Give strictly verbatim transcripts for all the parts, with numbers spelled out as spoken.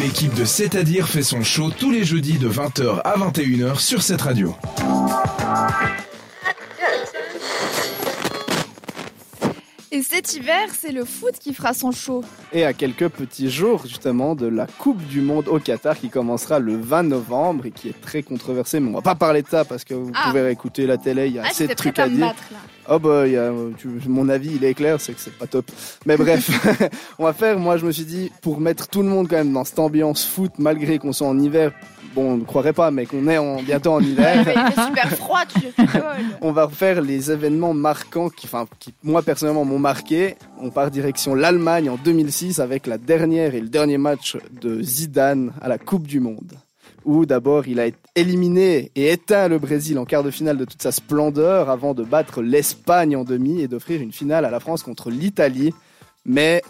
L'équipe de C'est-à-dire fait son show tous les jeudis de vingt heures à vingt et une heures sur cette radio. Et cet hiver, c'est le foot qui fera son show. Et à quelques petits jours justement de la Coupe du Monde au Qatar qui commencera le vingt novembre et qui est très controversée. Mais on va pas parler de ça parce que vous Ah. pouvez réécouter la télé, il y a Ah, assez de j'étais trucs prête à à me dire. battre, là. Oh bah, il y a, tu- mon avis il est clair, c'est que c'est pas top. Mais bref, on va faire, moi je me suis dit, pour mettre tout le monde quand même dans cette ambiance foot, malgré qu'on soit en hiver, bon on ne croirait pas, mais qu'on est en, bientôt en hiver, Il fait, il fait super froid, tu rigoles. on va refaire les événements marquants qui, enfin, qui moi personnellement m'ont marqué. On part direction l'Allemagne en deux mille six avec la dernière et le dernier match de Zidane à la Coupe du Monde. Où d'abord il a été éliminé et éteint le Brésil en quart de finale de toute sa splendeur avant de battre l'Espagne en demi et d'offrir une finale à la France contre l'Italie. Mais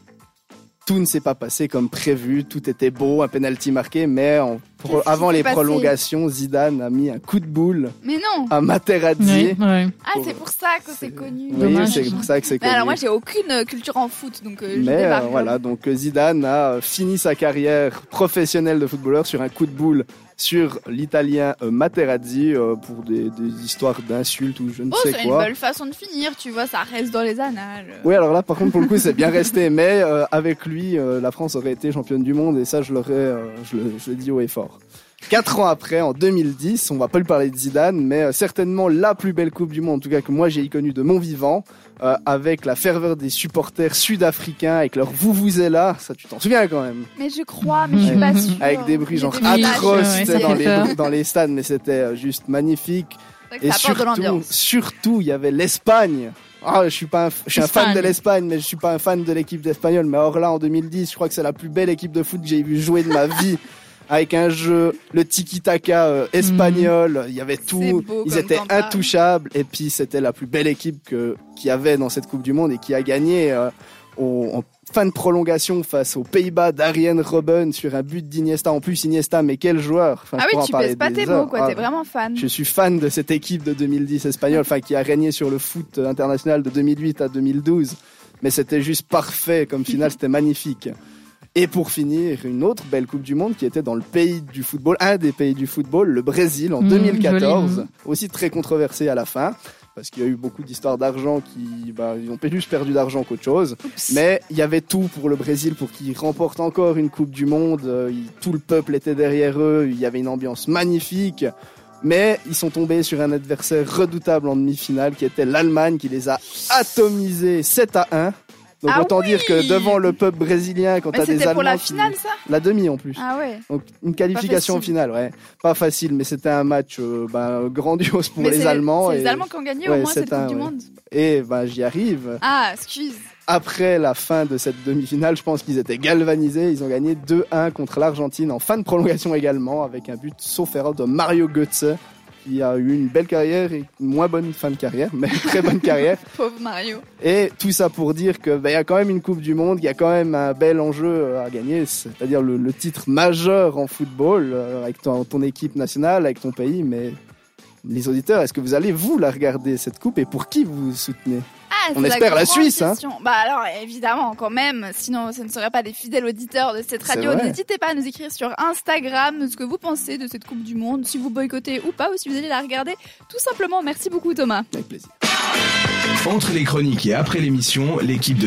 tout ne s'est pas passé comme prévu, tout était beau, un penalty marqué, mais en pro- Qu'est-ce qui avant s'est les passé prolongations, Zidane a mis un coup de boule Mais non. à Materazzi. Ouais, ouais. Ah, c'est pour ça que c'est connu. Oui, Dommage. c'est pour ça que c'est Mais connu. alors moi, j'ai aucune euh, culture en foot, donc euh, je Mais débarque. euh, voilà, donc euh, Zidane a euh, fini sa carrière professionnelle de footballeur sur un coup de boule sur l'italien euh, Materazzi euh, pour des, des histoires d'insultes ou je ne Oh, sais c'est une quoi. belle façon de finir, tu vois, ça reste dans les annales. Oui, alors là, par contre, pour le coup, c'est bien resté. Mais euh, avec lui, euh, la France aurait été championne du monde et ça, je l'aurais, euh, je, le- je l'ai dit haut et fort. Quatre ans après, en deux mille dix, on va pas lui parler de Zidane, mais euh, certainement la plus belle Coupe du Monde, en tout cas que moi j'ai connue de mon vivant, euh, avec la ferveur des supporters sud-africains, avec leur vuvuzela, ça tu t'en souviens quand même, Mais je crois, mais je suis pas sûre. avec des bruits genre Des bruits atroces ouais, tu sais, ça dans, fait les, peur. dans les stades, mais c'était euh, juste magnifique. C'est vrai que Et ça apporte de surtout, l'ambiance. surtout, il y avait l'Espagne. Ah, je suis pas, un, je suis un fan Espagne. de l'Espagne, mais je suis pas un fan de l'équipe d'Espagnol. Mais or là, en deux mille dix, je crois que c'est la plus belle équipe de foot que j'ai vu jouer de ma vie. Avec un jeu, le tiki-taka euh, espagnol, il y avait C'est tout, beau ils comme étaient campagne. intouchables. Et puis c'était la plus belle équipe que qu'il y avait dans cette Coupe du Monde et qui a gagné euh, au- en fin de prolongation face aux Pays-Bas d'Arjen Robben sur un but d'Iniesta. En plus Iniesta, mais quel joueur! Enfin, Ah je oui, pourrais en tu parler pèses pas des tes heures. mots, quoi, Ah, t'es vraiment fan. je suis fan de cette équipe de deux mille dix espagnole, enfin qui a régné sur le foot international de deux mille huit à deux mille douze. Mais c'était juste parfait comme finale, c'était magnifique. Et pour finir, une autre belle Coupe du Monde qui était dans le pays du football, un des pays du football, le Brésil en Mmh, deux mille quatorze, joli. aussi très controversé à la fin. Parce qu'il y a eu beaucoup d'histoires d'argent qui, bah, ils ont plus perdu d'argent qu'autre chose. Oups. Mais il y avait tout pour le Brésil pour qu'il remporte encore une Coupe du Monde. Euh, il- tout le peuple était derrière eux. Il y avait une ambiance magnifique. Mais ils sont tombés sur un adversaire redoutable en demi-finale qui était l'Allemagne qui les a atomisés sept à un. Donc Ah autant oui. dire que devant le peuple brésilien, quand Mais t'as des c'était Allemands pour la qui- finale, ça? La demi en plus. Ah ouais. Donc une qualification Pas en facile. finale, ouais. Pas facile, mais c'était un match euh, bah, grandiose pour Mais les c'est Allemands. C'est et, les Allemands qui ont gagné ouais, au moins c'est cette un, Coupe du ouais. Monde. et bah, j'y arrive. Ah, excuse. Après la fin de cette demi-finale, je pense qu'ils étaient galvanisés. Ils ont gagné deux un contre l'Argentine en fin de prolongation également, avec un but sauf erreur de Mario Götze, qui a eu une belle carrière et une moins bonne fin de carrière, mais une très bonne carrière. Pauvre Mario. Et tout ça pour dire que bah, y a quand même une Coupe du Monde, il y a quand même un bel enjeu à gagner, c'est-à-dire le, le titre majeur en football, euh, avec ton, ton équipe nationale, avec ton pays. Mais les auditeurs, est-ce que vous allez vous la regarder cette coupe et pour qui vous soutenez? Ah, On c'est espère la grande Suisse, hein. question. Bah alors, évidemment, quand même. Sinon, ce ne seraient pas des fidèles auditeurs de cette C'est radio. vrai. N'hésitez pas à nous écrire sur Instagram ce que vous pensez de cette Coupe du Monde, si vous boycottez ou pas, ou si vous allez la regarder. Tout simplement, merci beaucoup Thomas. Avec plaisir. Entre les chroniques et après l'émission, l'équipe de